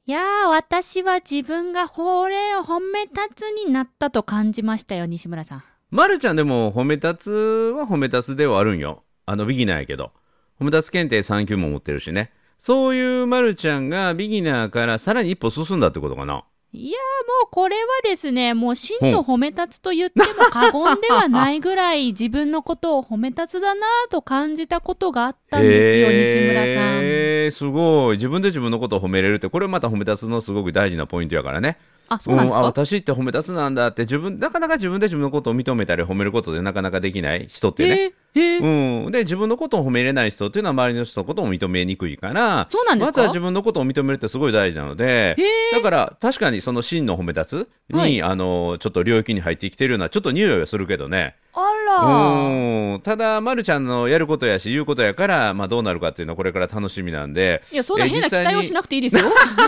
いやー、私は自分が褒め立つになったと感じましたよ、西村さん。 まるちゃんでも褒め立つは褒め立つではあるんよ。ビギナーやけど。褒め立つ検定3級も持ってるしね。そういうまるちゃんがビギナーからさらに一歩進んだってことかな。 いやー、もうこれはですね、もう真の褒め立つと言っても過言ではないぐらい自分のことを褒め立つだなと感じたことがあったんですよ、西村さん。 すごい。自分で自分のことを褒めれるって、これまた褒め立つのすごく大事なポイントやからね。 あ、そうなんですか。 私って褒め立つなんだって、なかなか自分で自分のことを認めたり褒めることでなかなかできない人ってね。で自分のことを褒めれない人っていうのは周りの人のことを認めにくいから、 そうなんですか。 まずは自分のことを認めるってすごい大事なので、だから確かにその真の褒め立つに、ちょっと領域に入ってきてるようなちょっと匂いはするけどね。 あら。 ただまるちゃんのやることやし言うことやから、どうなるかっていうのはこれから楽しみなんで。 いや、そんな変な期待をしなくていいですよ。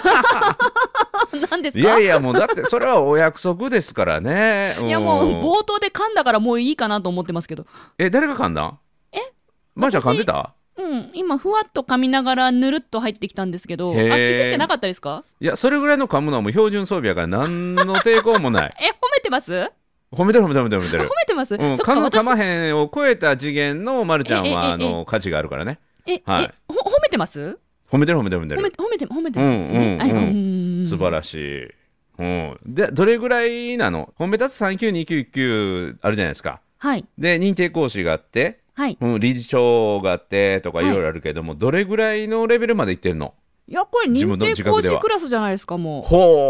何ですか。 いやいや、もうだってそれはお約束ですからね。 いや、もう冒頭で噛んだからもういいかなと思ってますけど。 誰が噛んだ？まるちゃん噛んでた？ 今ふわっと噛みながらぬるっと入ってきたんですけど、気づいてなかったですか？ いや、それぐらいの噛むのはもう標準装備やから何の抵抗もない。 褒めてます？ 褒めてる。褒めてます。 噛む噛まへんを超えた次元のまるちゃんは価値があるからね。 褒めてます？ 褒めてる。 褒めてますね。 素晴らしい。でどれぐらいなの？褒め立つ3級2級1級あるじゃないですか。で認定講師があって、理事長があってとかいろいろあるけども、どれぐらいのレベルまでいってんの？ いや、これ認定講師クラスじゃないですか。もう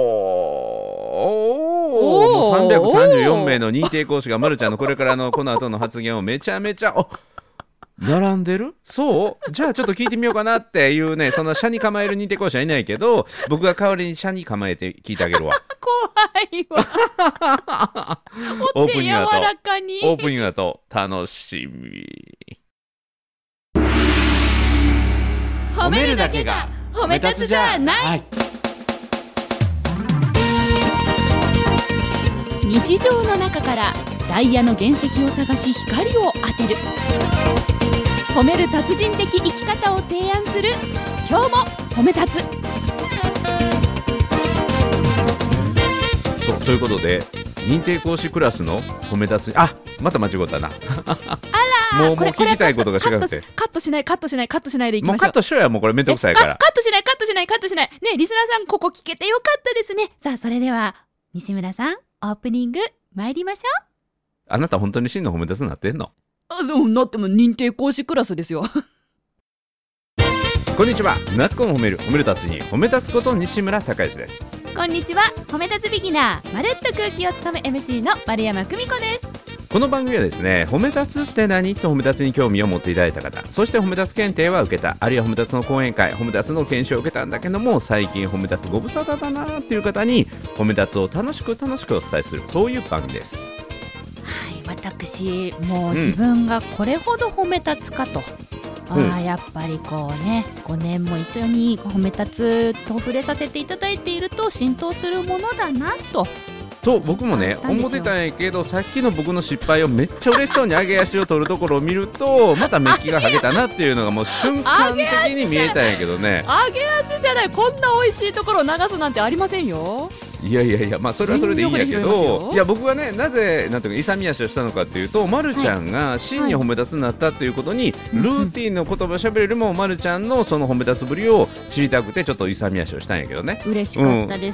もう334名の認定講師がまるちゃんのこれからのこの後の発言をめちゃめちゃ並んでる？そうじゃあちょっと聞いてみようかなっていうね、そんな社に構える認定講師はいないけど、僕が代わりに社に構えて聞いてあげるわ。 怖いわ。お手柔らかに。 オープニングだと楽しみ。 褒めるだけが褒め立つじゃない。日常の中からダイヤの原石を探し光を当てる。褒める達人的生き方を提案する、今日も褒め立つ。 ということで認定講師クラスの褒め立つ、また間違ったな。もう聞きたいことが違くて、 カットしないでいきましょう。 もうカットしようや、もうこれめんどくさいから。 カットしないね。リスナーさん、ここ聞けてよかったですね。さあ、それでは西村さん、オープニング参りましょう。 あなた本当に真の褒め立つになってんの？ なっても認定講師クラスですよ。 こんにちは。なっこも褒める達人、褒め立つこと西村孝之です。 こんにちは。褒め立つビギナー、まるっと空気をつかむ MC の丸山久美子です。 この番組はですね、褒め立つって何と褒め立つに興味を持っていただいた方、そして褒め立つ検定は受けた、あるいは褒め立つの講演会、褒め立つの研修を受けたんだけども、最近褒め立つご無沙汰だなっていう方に褒め立つを楽しくお伝えする、そういう番組です。 私もう自分がこれほど褒め立つかと、やっぱりこうね、5年も一緒に褒め立つと触れさせていただいていると浸透するものだなと僕もね思ってたんやけど、さっきの僕の失敗をめっちゃ嬉しそうに上げ足を取るところを見ると、またメッキが剥げたなっていうのがもう瞬間的に見えたんやけどね。 上げ足じゃない、こんな美味しいところを流すなんてありませんよ。 いや、それはそれでいいんやけど、いや僕がね、なぜなんていうか勇み足をしたのかっていうと、まるちゃんが真に褒め立つになったっていうことに、ルーティンの言葉をしゃべるよりも、まるちゃんのその褒め立つぶりを知りたくて、ちょっと勇み足をしたんやけどね。 嬉しかったです。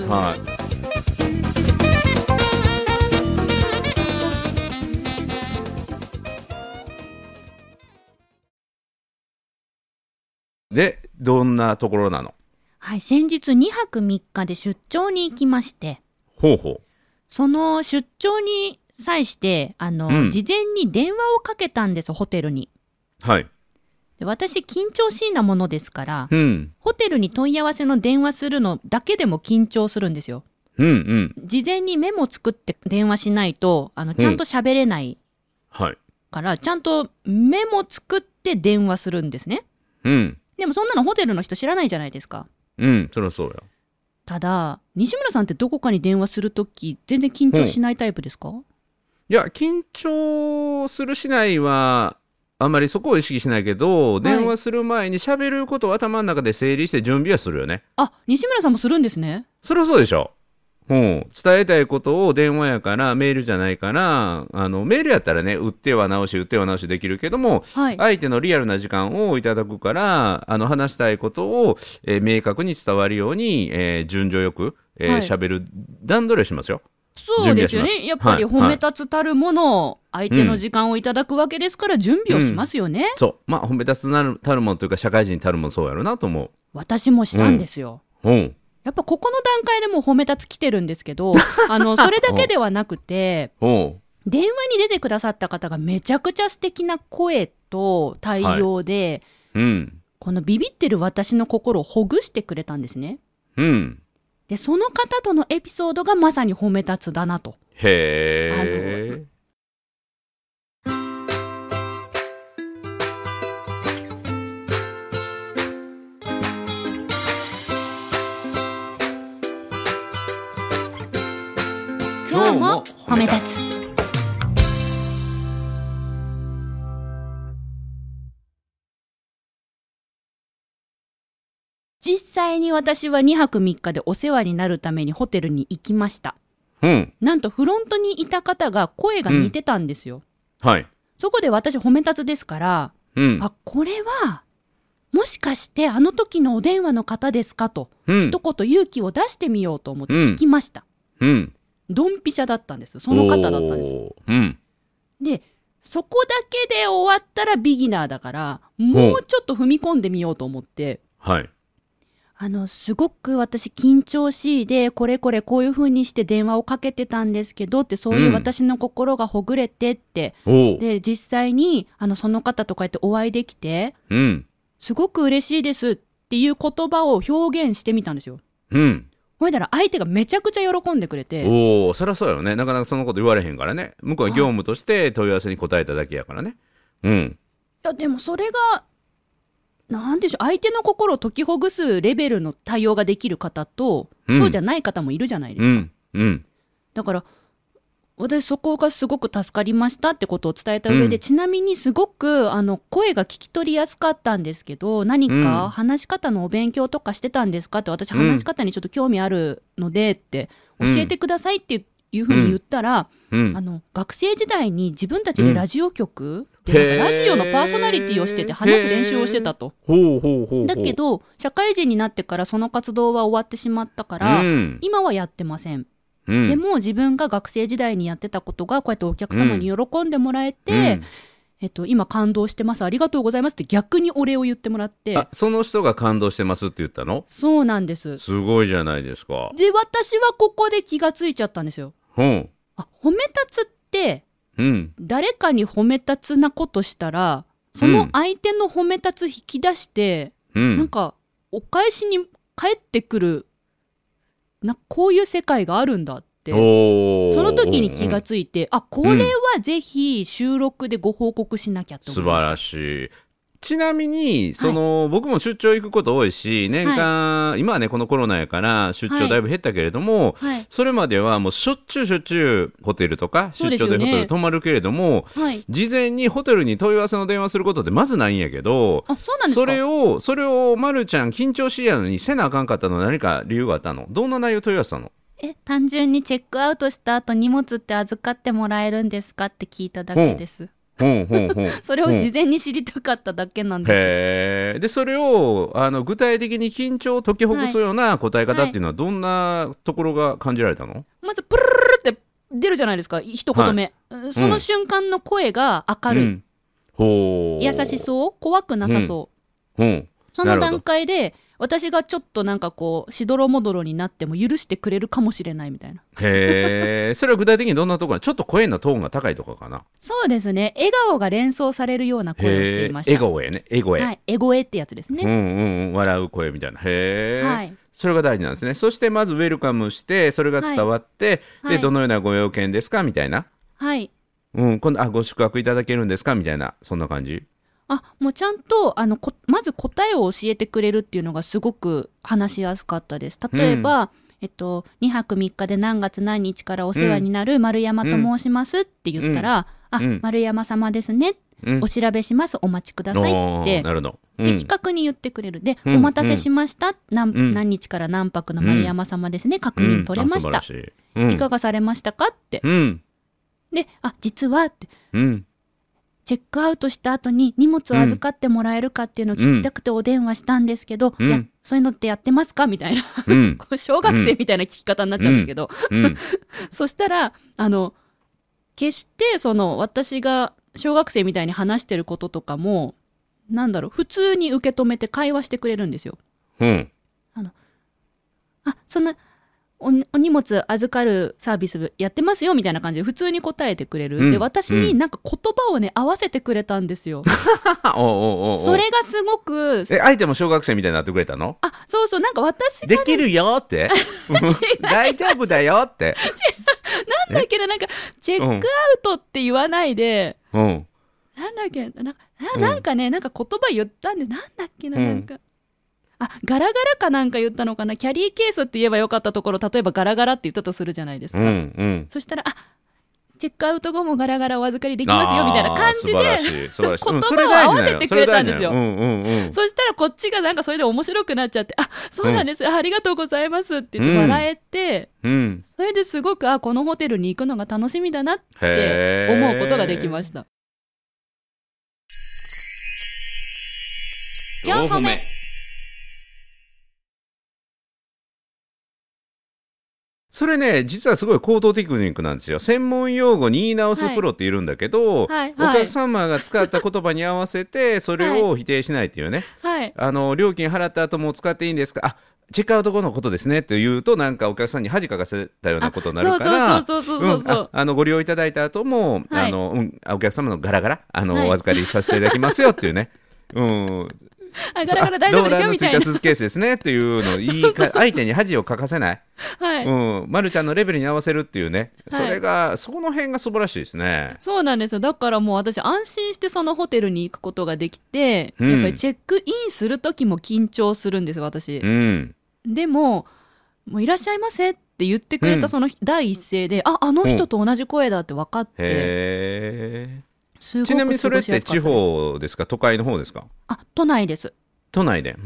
で、どんなところなの？ 先日2泊3日で出張に行きまして、その出張に際して事前に電話をかけたんです、ホテルに。で、私緊張しいなものですから、ホテルに問い合わせの電話するのだけでも緊張するんですよ。事前にメモ作って電話しないとちゃんと喋れないから、ちゃんとメモ作って電話するんですね。でもそんなのホテルの人知らないじゃないですか。 そりゃそうや。 ただ西村さんってどこかに電話するとき全然緊張しないタイプですか？ いや、緊張するしないはあんまりそこを意識しないけど、電話する前に喋ることを頭の中で整理して準備はするよね。 あ、西村さんもするんですね。 そりゃそうでしょ。伝えたいことを電話やからメールじゃないから、メールやったらね、打っては直しできるけども、相手のリアルな時間をいただくから、話したいことを、明確に伝わるように、順序よく喋る段取りをしますよ。 そうですよね。やっぱり褒め立つたるもの、相手の時間をいただくわけですから準備をしますよね。 そう。褒め立つたるものというか社会人たるもそうやろなと思う。 私もしたんですよ。やっぱここの段階でもう褒め立つ来てるんですけど、それだけではなくて、電話に出てくださった方がめちゃくちゃ素敵な声と対応で、このビビってる私の心をほぐしてくれたんですね。で、その方とのエピソードがまさに褒め立つだなと。 へー。 今日も褒め立つ。実際に私は2泊3日でお世話になるためにホテルに行きました。なんとフロントにいた方が声が似てたんですよ。そこで私褒め立つですから、あ、これはもしかしてあの時のお電話の方ですかと、一言勇気を出してみようと思って聞きました。ドンピシャだったんです。その方だったんです。で、そこだけで終わったらビギナーだから、もうちょっと踏み込んでみようと思って、すごく私緊張しいで、これこういう風にして電話をかけてたんですけどって、そういう私の心がほぐれてって、で、実際にその方とこうやってお会いできて、すごく嬉しいですっていう言葉を表現してみたんですよ。ほいだら相手がめちゃくちゃ喜んでくれて。 そりゃそうよね。なかなかそのこと言われへんからね。向こうは業務として問い合わせに答えただけやからね。いや、でもそれが、なんでしょう、相手の心を解きほぐすレベルの対応ができる方と、そうじゃない方もいるじゃないですか。だから、私そこがすごく助かりましたってことを伝えた上で、ちなみにすごく声が聞き取りやすかったんですけど、何か話し方のお勉強とかしてたんですかって、私話し方にちょっと興味あるのでって教えてくださいっていうふうに言ったら、学生時代に自分たちでラジオ局でなんかラジオのパーソナリティをしてて話す練習をしてたと。だけど社会人になってからその活動は終わってしまったから、今はやってません。でも自分が学生時代にやってたことがこうやってお客様に喜んでもらえて、今感動してます、ありがとうございますって逆にお礼を言ってもらって。 その人が感動してますって言ったの？ そうなんです。 すごいじゃないですか。 で、私はここで気がついちゃったんですよ。褒め立つって、誰かに褒め立つなことしたら、その相手の褒め立つ引き出して、なんかお返しに返ってくるこういう世界があるんだってその時に気がついて、これはぜひ収録でご報告しなきゃと思いました。 素晴らしい。ちなみに僕も出張行くこと多いし、年間、今はねこのコロナやから出張だいぶ減ったけれども、それまではもうしょっちゅうホテルとか出張でホテル泊まるけれども、事前にホテルに問い合わせの電話することってまずないんやけど、それをまるちゃん緊張しいやのにせなあかんかったの何か理由があったの？どんな内容問い合わせたの？ 単純にチェックアウトした後荷物って預かってもらえるんですかって聞いただけです。それを事前に知りたかっただけなんです。 でそれを具体的に緊張を解きほぐすような答え方っていうのはどんなところが感じられたの？ まずプルルルって出るじゃないですか、一言目、その瞬間の声が明るい、優しそう、怖くなさそう、その段階で私がちょっとなんかこうしどろもどろになっても許してくれるかもしれないみたいな。 それは具体的にどんなところ？ちょっと声のトーンが高いとかかな？ そうですね、笑顔が連想されるような声をしていました。 笑顔やね、笑声、 笑声ってやつですね。 笑う声みたいな。それが大事なんですね。そしてまずウェルカムしてそれが伝わって、でどのようなご用件ですかみたいな。今度ご宿泊いただけるんですかみたいな、そんな感じ？ もうちゃんとまず答えを教えてくれるっていうのがすごく話しやすかったです。例えば、2泊3日で何月何日からお世話になる丸山と申しますって言ったら、丸山様ですね、 お調べします、お待ちくださいってなるほど、 的確に言ってくれる。で、お待たせしました、何日から何泊の丸山様ですね、確認取れました、いかがされましたかって、で、実はって、チェックアウトした後に荷物を預かってもらえるかっていうのを聞きたくてお電話したんですけど、いやそういうのってやってますかみたいな、小学生みたいな聞き方になっちゃうんですけど、そしたら決して私が小学生みたいに話してることとかも普通に受け止めて会話してくれるんですよ。そんなお荷物預かるサービスやってますよみたいな感じで普通に答えてくれる。で、私に言葉をね合わせてくれたんですよ。それがすごく相手も小学生みたいになってくれたの？ そうそう、私が、 できるよって大丈夫だよってなんだっけな、チェックアウトって言わないで、なんだっけなんか言葉言ったんで、なんだっけな、ガラガラかなんか言ったのかな。キャリーケースって言えばよかったところ、例えばガラガラって言ったとするじゃないですか、そしたらチェックアウト後もガラガラお預かりできますよみたいな感じで言葉を合わせてくれたんですよ。そしたらこっちがそれで面白くなっちゃって、そうなんです、ありがとうございますって言って笑えて、それですごくこのホテルに行くのが楽しみだなって思うことができました。4個目、 それね、実はすごい高等テクニックなんですよ。専門用語に言い直すプロっているんだけど、お客様が使った言葉に合わせてそれを否定しないっていうね、料金払った後も使っていいんですか、チェックアウト後のことですねって言うと、お客さんに恥かかせたようなことになるから、ご利用いただいた後も、お客様のガラガラお預かりさせていただきますよっていうね、 ガラガラ大丈夫ですよみたいな、 ローラーのついたスーツケースですねっていうのを相手に恥をかかせない、まるちゃんのレベルに合わせるっていうね、その辺が素晴らしいですね。 そうなんですよ。だからもう私安心してそのホテルに行くことができて、やっぱりチェックインする時も緊張するんです私、でもいらっしゃいませって言ってくれたその第一声で、あの人と同じ声だって分かって、 ちなみにそれって地方ですか、都会の方ですか？ 都内です。 都内で、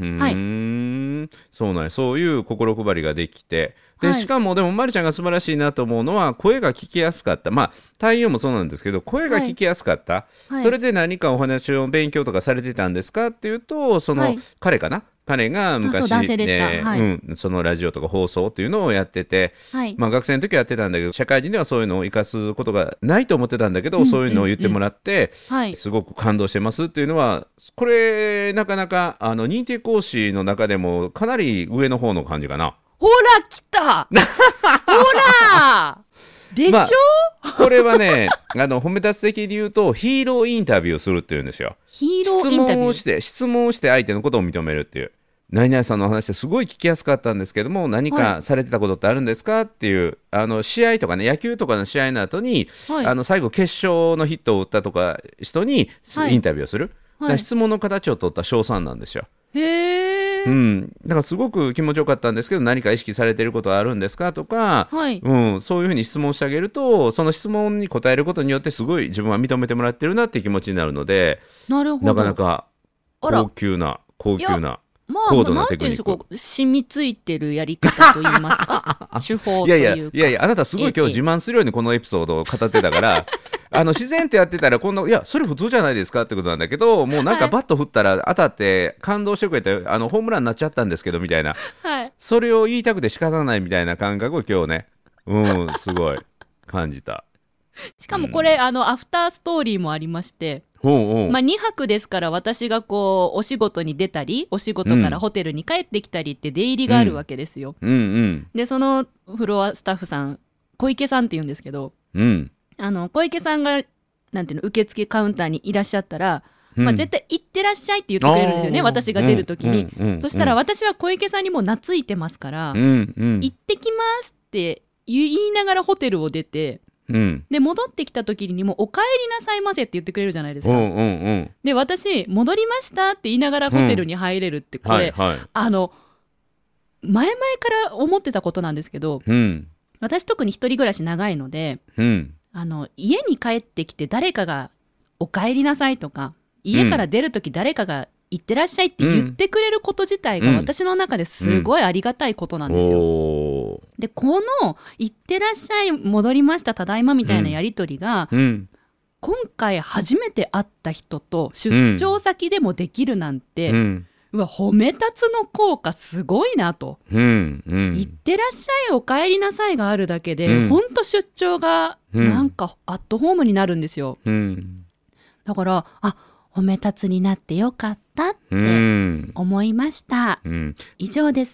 そういう心配りができて、でしかもでもまるちゃんが素晴らしいなと思うのは、声が聞きやすかった。対応もそうなんですけど、声が聞きやすかった、それで何かお話を勉強とかされてたんですかっていうと、彼が昔そのラジオとか放送っていうのをやってて、学生の時はやってたんだけど、社会人ではそういうのを生かすことがないと思ってたんだけど、そういうのを言ってもらって、すごく感動してますっていうのは、これなかなか認定講師の中でもかなり上の方の感じかな。 ほら来たほらでしょ、 これはね褒め立つ的に言うとヒーローインタビューをするっていうんですよ。 ヒーローインタビュー、 質問をして相手のことを認めるっていう。何々さんの話ですごい聞きやすかったんですけども、何かされてたことってあるんですかっていう、試合とかね、野球とかの試合の後に、最後決勝のヒットを打ったとか人にインタビューをする、だから質問の形を取った称賛なんですよ。だからすごく気持ちよかったんですけど、何か意識されていることはあるんですかとか、そういうふうに質問してあげると、その質問に答えることによってすごい自分は認めてもらってるなっていう気持ちになるので、なかなか高級な高度なテクニック、 染みついてるやり方といいますか手法というか。 いやあなたすごい今日自慢するようにこのエピソードを語ってたから自然とやってたらいやそれ普通じゃないですかってことなんだけど、もうバット振ったら当たって感動してくれてホームランになっちゃったんですけどみたいな、それを言いたくて仕方ないみたいな感覚を今日ね、すごい感じた。 しかもこれ、アフターストーリーもありまして、2泊ですから、私がお仕事に出たり、お仕事からホテルに帰ってきたりって出入りがあるわけですよ。でそのフロアスタッフさん、小池さんって言うんですけど、小池さんがなんていうの、受付カウンターにいらっしゃったら、絶対行ってらっしゃいって言ってくれるんですよね、私が出るときに。そしたら私は小池さんにも懐いてますから、行ってきますって言いながらホテルを出て、で戻ってきた時にもお帰りなさいませって言ってくれるじゃないですか。で私戻りましたって言いながらホテルに入れるって、これ、前々から思ってたことなんですけど、私特に一人暮らし長いので、家に帰ってきて誰かがお帰りなさいとか、家から出るとき誰かが行ってらっしゃいって言ってくれること自体が私の中ですごいありがたいことなんですよ。で、この行ってらっしゃい、戻りました、ただいまみたいなやりとりが、今回初めて会った人と出張先でもできるなんて、うわ、褒め立つの効果すごいなと、行ってらっしゃい、お帰りなさいがあるだけで、ほんと出張がなんかアットホームになるんですよ。だから褒め立つになってよかったって思いました。以上です。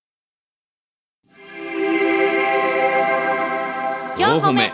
今日褒め。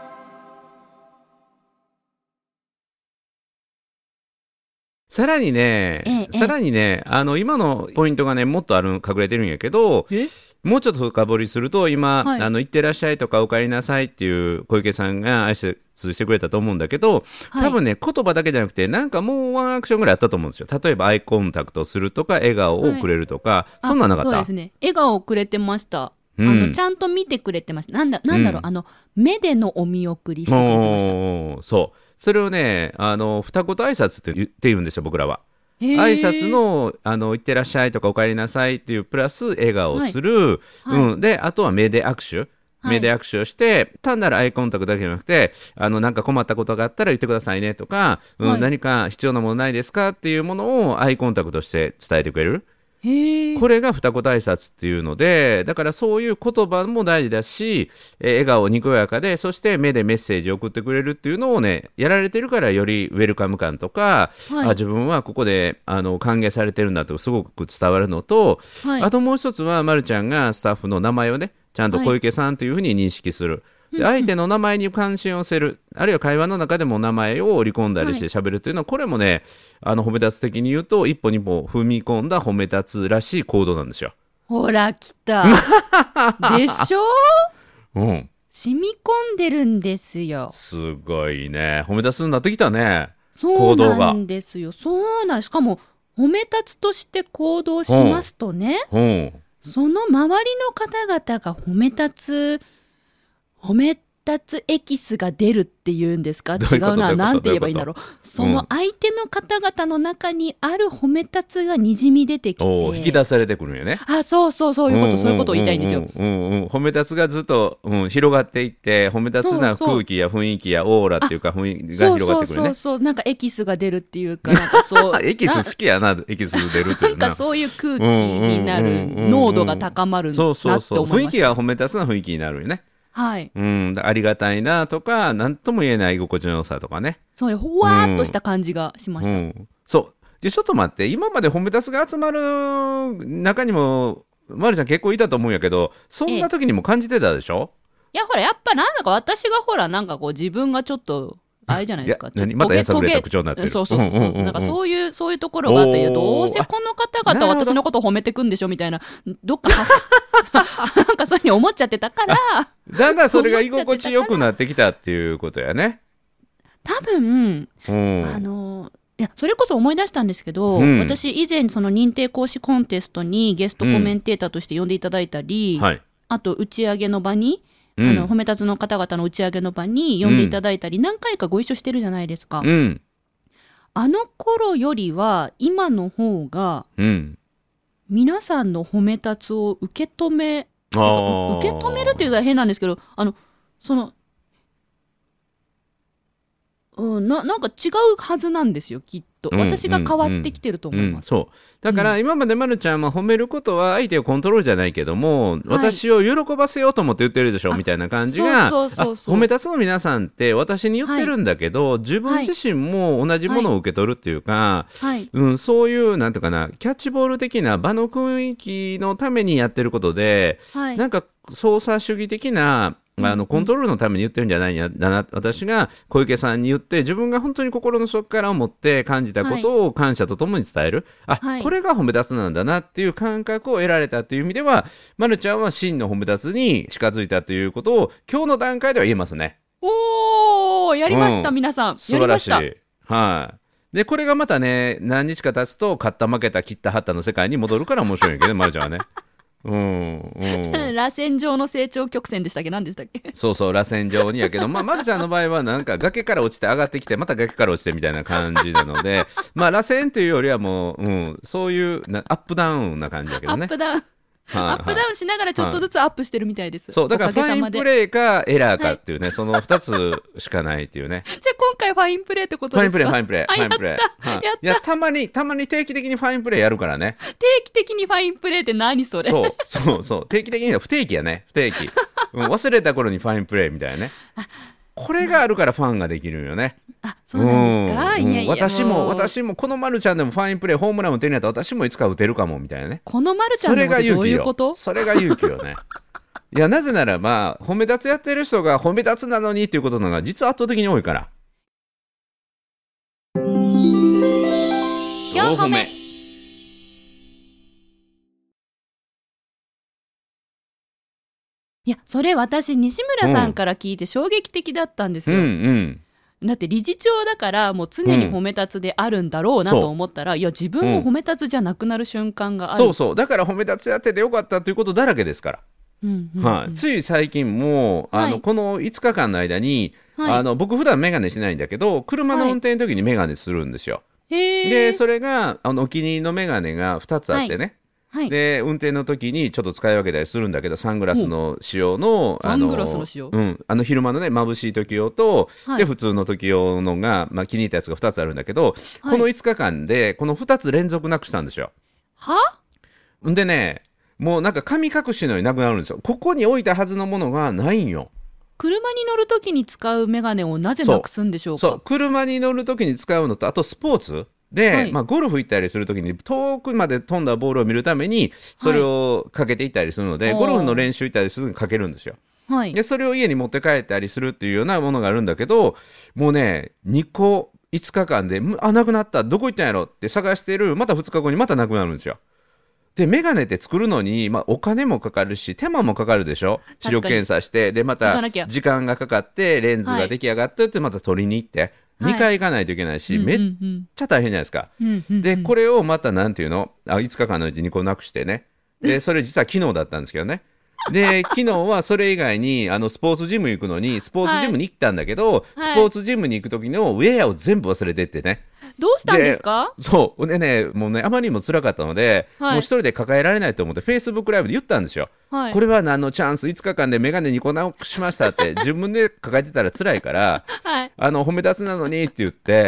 さらにね、今のポイントがね、もっと隠れてるんやけど、もうちょっと深掘りすると、今、行ってらっしゃいとかお帰りなさいっていう小池さんが挨拶してくれたと思うんだけど、多分ね、言葉だけじゃなくて、なんかもうワンアクションぐらいあったと思うんですよ。例えばアイコンタクトするとか、笑顔をくれるとか、そんなんなかった？ そうですね。笑顔をくれてました。ちゃんと見てくれてました。なんだろう、目でのお見送りしてくれてました。 そう。それをね、二言挨拶って言うんですよ、僕らは。挨拶の行ってらっしゃいとかお帰りなさいっていうプラス笑顔をする、で、あとは目で握手。目で握手をして、単なるアイコンタクトだけじゃなくて、なんか困ったことがあったら言ってくださいねとか、何か必要なものないですかっていうものをアイコンタクトして伝えてくれる。これが二言挨拶っていうので、だからそういう言葉も大事だし、笑顔にこやかで、そして目でメッセージを送ってくれるっていうのをね、やられてるから、よりウェルカム感とか、自分はここで歓迎されてるんだとすごく伝わるのと、あともう一つは、まるちゃんがスタッフの名前をね、ちゃんと小池さんというふうに認識する。で、相手の名前に関心を寄せる、あるいは会話の中でも名前を織り込んだりして喋るというのは、これもね、褒め立つ的に言うと一歩二歩踏み込んだ褒め立つらしい行動なんですよ。 ほら来たでしょ、染み込んでるんですよ。 すごいね、褒め立つになってきたね。 そうなんですよ。しかも褒め立つとして行動しますとね、その周りの方々が褒め立つエキスが出るっていうんですか？違うな、なんて言えばいいんだろう。その相手の方々の中にある褒め立つがにじみ出てきて、 引き出されてくるんよね。 そういうことを言いたいんですよ。 褒め立つがずっと、広がっていって、褒め立つな空気や雰囲気やオーラっていうか雰囲気が広がってくるね。 なんかエキスが出るっていうか、なんかそうエキス好きやな、エキス出るっていうなんかそういう空気になる、濃度が高まるなって思いました。 雰囲気が褒め立つな雰囲気になるよね。ありがたいなとか、何とも言えない居心地の良さとかね。 そういうほわーっとした感じがしました。 で、ちょっと待って、今まで褒め立つが集まる中にも、まるちゃん結構いたと思うんやけど、そんな時にも感じてたでしょ？ いや、ほら、やっぱなんだか私がほら、なんかこう自分がちょっと、あれじゃないですか。 またやさぐれた口調になってる。 なんかそういうところがあって、どうせこの方々私のことを褒めてくんでしょみたいな、どっかなんかそういうふうに思っちゃってたからだんだんそれが居心地よくなってきたっていうことやね。 多分、いや、それこそ思い出したんですけど、私以前その認定講師コンテストにゲストコメンテーターとして呼んでいただいたり、あと打ち上げの場に、褒め立つの方々の打ち上げの場に呼んでいただいたり、何回かご一緒してるじゃないですか。あの頃よりは今の方が、皆さんの褒め立つを受け止めるっていうのは変なんですけど、なんか違うはずなんですよ、きっと。私が変わってきてると思います。 だから今までまるちゃんは褒めることは相手をコントロールじゃないけども、私を喜ばせようと思って言ってるでしょみたいな感じが、褒め立つの皆さんって私に言ってるんだけど、自分自身も同じものを受け取るっていうか、そういうなんていうかな、キャッチボール的な場の雰囲気のためにやってることで、なんか操作主義的なコントロールのために言ってるんじゃないんだな、私が小池さんに言って自分が本当に心の底から思って感じたことを感謝とともに伝える、これが褒め立つなんだなっていう感覚を得られたという意味では、まるちゃんは真の褒め立つに近づいたということを今日の段階では言えますね。 やりました、皆さん。 素晴らしい。でこれがまたね、何日か経つと勝った負けた切った張ったの世界に戻るから面白いんやけどね、まるちゃんはね。 螺旋状の成長曲線でしたっけ、何でしたっけ。 そうそう、螺旋状にやけど、まるちゃんの場合はなんか崖から落ちて上がってきてまた崖から落ちてみたいな感じなので螺旋というよりはもう、そういうアップダウンな感じだけどね。 アップダウンアップダウンしながらちょっとずつアップしてるみたいです。 そうだからファインプレーかエラーかっていうね、その2つしかないっていうね。 じゃあ今回ファインプレーってことですか。 ファインプレーいやたまに定期的にファインプレーやるからね。 定期的にファインプレーって何それ。 そう定期的には不定期やね、不定期忘れた頃にファインプレーみたいなね。これがあるからファンができるよね。 そうなんですか。いやいや、 私もこのまるちゃんでもファインプレーホームラン打てるんやったら私もいつか打てるかもみたいなね。 このまるちゃんでもどういうこと。 それが勇気よね。いやなぜなら褒め立つやってる人が褒め立つなのにっていうことのが実は圧倒的に多いから。4褒め。 いやそれ私西村さんから聞いて衝撃的だったんですよ。だって理事長だからもう常に褒め立つであるんだろうなと思ったら、いや自分も褒め立つじゃなくなる瞬間がある。 そうだから褒め立つやっててよかったということだらけですから。つい最近もこの5日間の間に、僕普段メガネしないんだけど車の運転の時にメガネするんですよ。でそれがお気に入りのメガネが2つあってね、で運転の時にちょっと使い分けたりするんだけど、サングラスの仕様の昼間のね眩しい時用と、で普通の時用のが、気に入ったやつが2つあるんだけど、この5日間でこの2つ連続なくしたんですよ。でね、もうなんか神隠しのようになくなるんですよ。ここに置いたはずのものがないんよ。 車に乗るときに使うメガネをなぜなくすんでしょうか。 車に乗るときに使うのと、あとスポーツで、ゴルフ行ったりするときに遠くまで飛んだボールを見るためにそれをかけていったりするので、ゴルフの練習行ったりするときにかけるんですよ。でそれを家に持って帰ったりするっていうようなものがあるんだけど、もうね2個5日間でなくなった、どこ行ったんやろって探してる、また2日後にまたなくなるんですよ。でメガネって作るのに、お金もかかるし手間もかかるでしょ。視力検査して、でまた時間がかかってレンズが出来上がってってまた取りに行って、2回行かないといけないし、めっちゃ大変じゃないですか。でこれをまたなんていうの、5日間のうち2個なくしてね、でそれ実は昨日だったんですけどね。で昨日はそれ以外にスポーツジム行くのにスポーツジムに行ったんだけど、スポーツジムに行く時のウェアを全部忘れてってね。 どうしたんですか。 そうでね、もうねあまりにも辛かったので、もう一人で抱えられないと思って Facebook ライブで言ったんですよ。これは何のチャンス、5日間でメガネ2個なくしましたって自分で抱えてたら辛いから、褒め立つなのにって言って、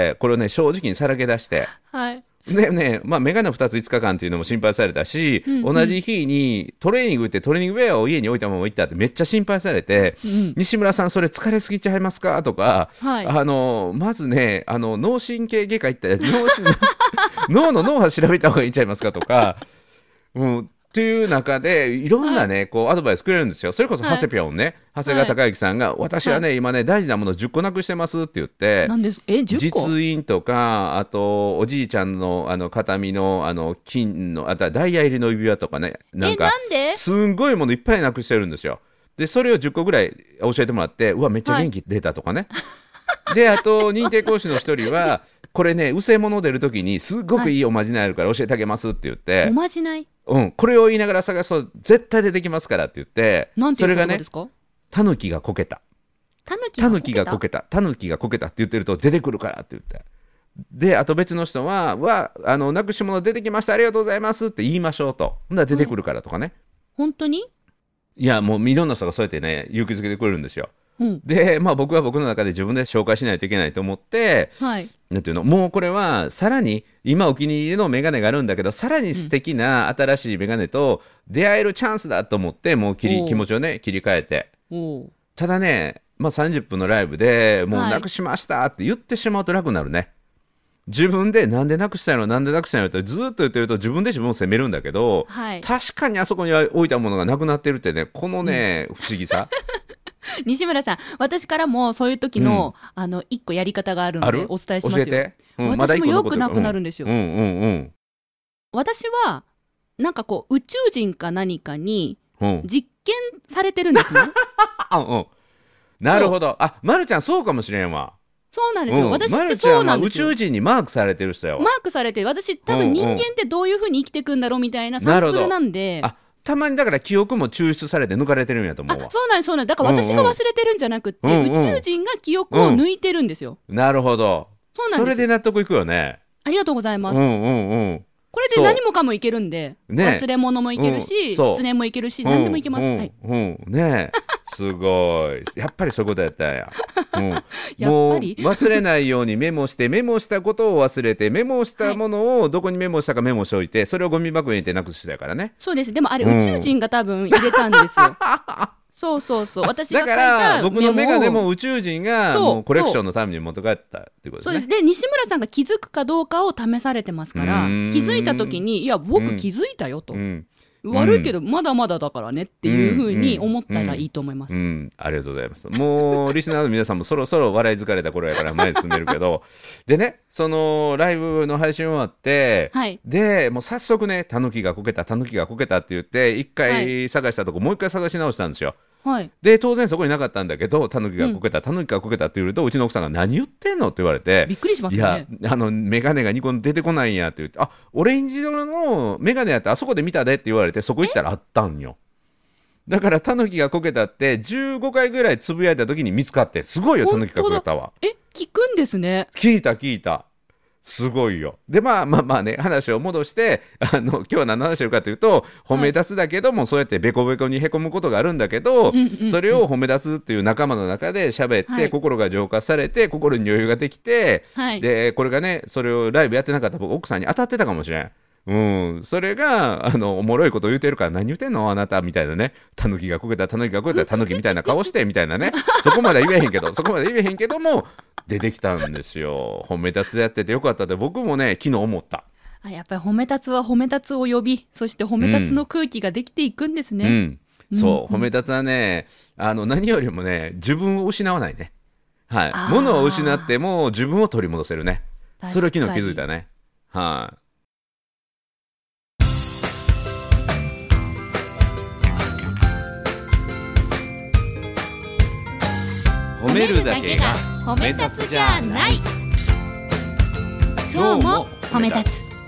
これをね正直にさらけ出して、でね、メガネ2つ5日間っていうのも心配されたし、同じ日にトレーニングってトレーニングウェアを家に置いたまま行ったってめっちゃ心配されて、西村さんそれ疲れすぎちゃいますかとか、まずね脳神経外科行ったら脳の脳波調べた方がいいんちゃいますかとか、っていう中でいろんなね、こうアドバイスくれるんですよ。それこそ長谷ピョンね、長谷川貴之さんが、私はね今ね大事なもの10個なくしてますって言って、 10個実印とか、あとおじいちゃんの形見の金のダイヤ入りの指輪とかね、なんかすんごいものいっぱいなくしてるんですよ。でそれを10個ぐらい教えてもらって、うわめっちゃ元気出たとかね、であと認定講師の一人はこれね、うせもの出るときにすごくいいおまじないあるから教えてあげますって言って、 おまじない、 これを言いながら探すと絶対出てきますからって言って、それがね、タヌキがこけた、タヌキがこけたって言ってると出てくるからって言って、であと別の人はなくし物出てきましたありがとうございますって言いましょうと、ほんなら出てくるからとかね、 本当に、 いやもういろんな人がそうやってね勇気づけてくれるんですよ。で僕は僕の中で自分で紹介しないといけないと思って、なんていうの、もうこれはさらに今お気に入りのメガネがあるんだけど、さらに素敵な新しいメガネと出会えるチャンスだと思って、もう気持ちをね切り替えて、ただね、30分のライブでもうなくしましたって言ってしまうと楽になるね。自分でなんでなくしたのなんでなくしたのってずっと言ってると自分で自分を責めるんだけど、確かにあそこに置いたものがなくなってるってね、このね、不思議さ西村さん、私からもそういう時の、一個やり方があるのでお伝えしますよ。 教えて、 私もよくなくなるんですよ。私はなんかこう宇宙人か何かに実験されてるんですね。 なるほど。まるちゃんそうかもしれんわ。 そうなんですよ、私ってそうなんですよ。 宇宙人にマークされてる人やわ。 マークされてる、私多分人間ってどういう風に生きていくんだろうみたいなサンプルなんで、 たまにだから記憶も抽出されて抜かれてるんやと思うわ。 そうなんですそうなんです。だから私が忘れてるんじゃなくて、宇宙人が記憶を抜いてるんですよ。 なるほど。 そうなんです。 それで納得いくよね。 ありがとうございます。これで何もかもいけるんで、忘れ物もいけるし、失念もいけるし、何でもいけます。ねえ、すごい。やっぱりそういうことやったんや。 やっぱり忘れないようにメモして、メモしたことを忘れて、メモしたものをどこにメモしたかメモしておいて、それをゴミ箱に入れてなくしたやからね。 そうです。でもあれ宇宙人が多分入れたんですよ。そう私が書いたメモを。だから僕のメガネも宇宙人がもうコレクションのために持って帰ったっていうことですね。 そうです。で西村さんが気づくかどうかを試されてますから、気づいた時にいや僕気づいたよと、悪いけどまだまだだからねっていうふうに思ったらいいと思います。 ありがとうございます。もうリスナーの皆さんもそろそろ笑い疲れた頃やから前に進めるけどでね、そのライブの配信終わって、でもう早速ね、タヌキがこけたって言って一回探したとこもう一回探し直したんですよ。で当然そこになかったんだけど、タヌキがこけたって言うと、うちの奥さんが何言ってんのって言われて、 びっくりしますよね。 いやメガネが2個出てこないんやって言って、オレンジ色のメガネやってあそこで見たでって言われて、そこ行ったらあったんよ。だからタヌキがこけたって15回ぐらいつぶやいた時に見つかって、すごいよ、タヌキがこけたわ。 聞くんですね。 聞いたすごいよ。でまあね、話を戻して今日は何の話をするかというと、褒め立つだけども、そうやってベコベコにへこむことがあるんだけど、それを褒め立つっていう仲間の中で喋って、心が浄化されて心に余裕ができて、でこれがね、それをライブやってなかった僕奥さんに当たってたかもしれん。それがおもろいこと言うてるから、何言ってんのあなたみたいなね、タヌキがこけたタヌキみたいな顔してみたいなねそこまで言えへんけども出てきたんですよ。褒め立つやっててよかったって僕もね昨日思った。 やっぱり褒め立つは褒め立つを呼び、そして褒め立つの空気ができていくんですね。 そう、褒め立つはね、何よりもね、自分を失わないね。物を失っても自分を取り戻せるね。それを昨日気づいたね。褒めるだけが褒め立つじゃない。 今日も褒め立つ。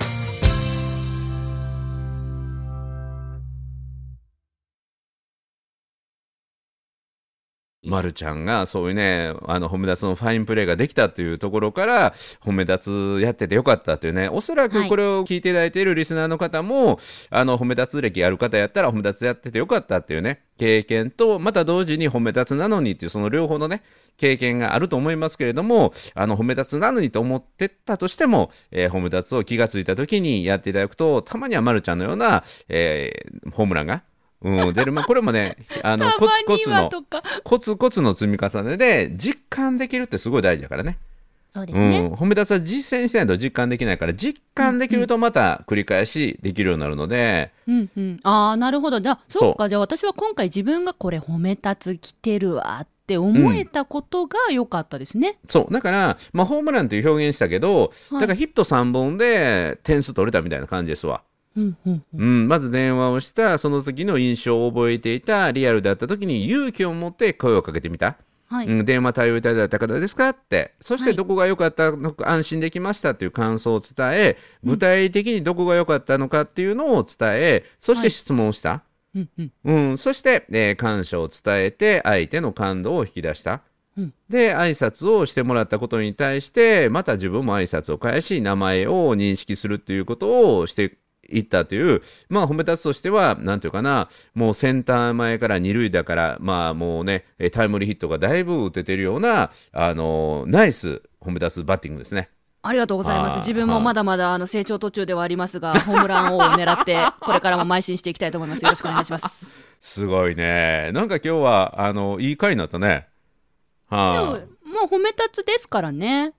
まるちゃんがそういうね、褒め立つのファインプレーができたっていうところから、褒め立つやっててよかったっていうね、おそらくこれを聞いていただいているリスナーの方も、褒め立つ歴ある方やったら褒め立つやっててよかったっていうね経験と、また同時に褒め立つなのにっていう、その両方のね経験があると思いますけれども、褒め立つなのにと思ってたとしても、褒め立つを気がついた時にやっていただくと、たまにはまるちゃんのような、ホームランが出る。これもねコツコツの積み重ねで実感できるってすごい大事だからね。 そうですね。 褒め立つは実践してないと実感できないから、実感できるとまた繰り返しできるようになるので、 なるほど。じゃあ私は今回自分がこれ褒め立つ来てるわって思えたことが良かったですね。 そうだから、ホームランという表現したけど、だからヒット3本で点数取れたみたいな感じですわ。まず電話をした、その時の印象を覚えていた、リアルであった時に勇気を持って声をかけてみた。電話対応いただいた方ですかって、そしてどこが良かったのか、安心できましたっていう感想を伝え、具体的にどこが良かったのかっていうのを伝え、そして質問をした。そして、感謝を伝えて相手の感動を引き出した。で挨拶をしてもらったことに対して、また自分も挨拶を返し、名前を認識するっていうことをしていったという、褒め立つとしては、なんていうかな、もうセンター前から二塁だから、もうねタイムリーヒットがだいぶ打ててるようなナイス褒め立つバッティングですね。 ありがとうございます。自分もまだまだ成長途中ではありますが、ホームランを狙ってこれからも邁進していきたいと思います。よろしくお願いします。 すごいね。なんか今日はいい回になったね。 もう褒め立つですからね。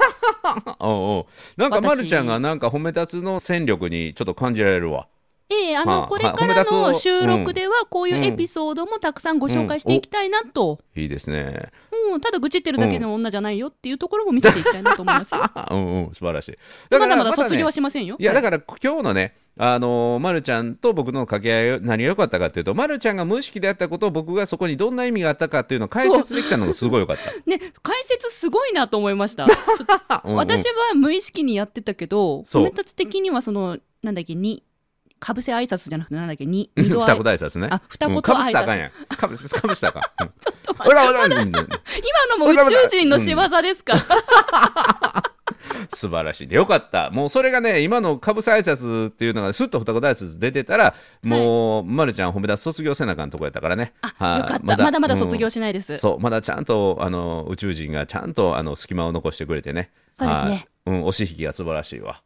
なんかまるちゃんがなんか褒め立つの戦力にちょっと感じられるわ。 これからの収録ではこういうエピソードもたくさんご紹介していきたいなと。 いいですね。 ただ愚痴ってるだけの女じゃないよっていうところも見せていきたいなと思いますよ。 素晴らしい。 まだまだ卒業はしませんよ。 いやだから今日のね、まるちゃんと僕の掛け合い、何が良かったかというと、まるちゃんが無意識であったことを僕がそこにどんな意味があったかっていうのを解説できたのがすごい良かったね。解説すごいなと思いました。私は無意識にやってたけど、褒め立つ的にはそのなんだっけ、 かぶせ挨拶じゃなくてなんだっけ、二度挨拶ね。 二言挨拶。 かぶせたらあかんやん。かぶせたらあかん。 ちょっと待って。今のも宇宙人の仕業ですか？ 素晴らしいでよかった。もうそれがね、今のかぶせ挨拶っていうのがスッと二言挨拶出てたら、もう、まるちゃん褒め出す卒業せなあかんとこやったからね。 よかった。まだ卒業しないです。 そう、まだちゃんと宇宙人がちゃんと隙間を残してくれてね。 そうですね。 押し引きが素晴らしいわ。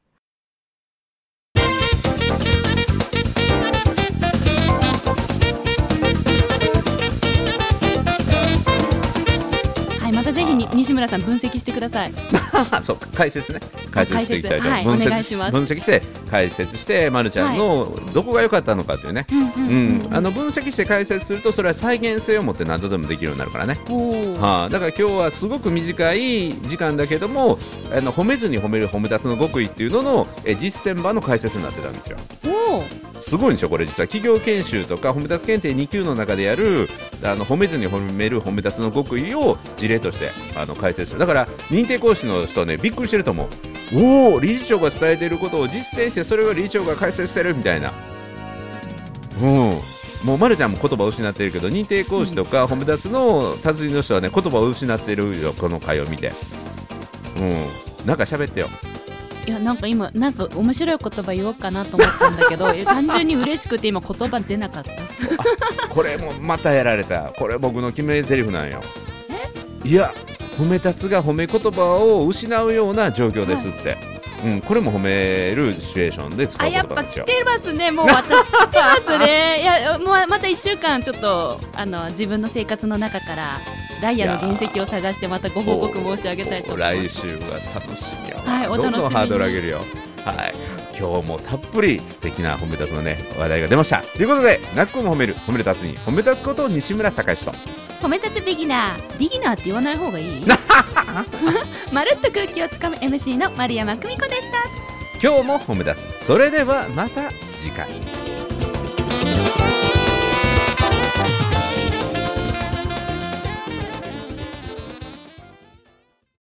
またぜひ西村さん分析してください。 そう解説ね。解説していきたいと思います。 お願いします。 分析して解説してまるちゃんのどこが良かったのかというね。分析して解説するとそれは再現性を持って何度でもできるようになるからね。だから今日はすごく短い時間だけども褒めずに褒める褒め立つの極意っていうのの実践版の解説になってたんですよ。すごいんですよこれ。実は企業研修とか褒め立つ検定2級の中でやる褒めずに褒める褒め立つの極意を事例として解説する。だから認定講師の人はねびっくりしてると思う。理事長が伝えていることを実践してそれを理事長が解説してるみたいな。もうまるちゃんも言葉を失っているけど認定講師とか褒め立つの達人の人はね言葉を失っているよこの回を見て。なんか喋ってよ。 いやなんか今面白い言葉言おうかなと思ったんだけど単純に嬉しくて今言葉出なかった。 これもまたやられた。これ僕の決め台詞なんよ。いや褒め立つが褒め言葉を失うような状況ですって、これも褒めるシチュエーションで使う言葉ですよ。 やっぱ来てますね。もう私来てますね。いやもうまた1週間ちょっと自分の生活の中からダイヤの原石を探してまたご報告申し上げたいと思います。 来週が楽しみよ。 お楽しみに。 どんどんハードル上げるよ。今日もたっぷり素敵な褒め立つのね話題が出ました。ということでなっこも褒める褒める立つに褒め立つこと西村孝之と褒め立つビギナーって言わない方がいいまるっと空気をつかむ MC の丸山久美子でした。 今日も褒め立つ。それではまた次回。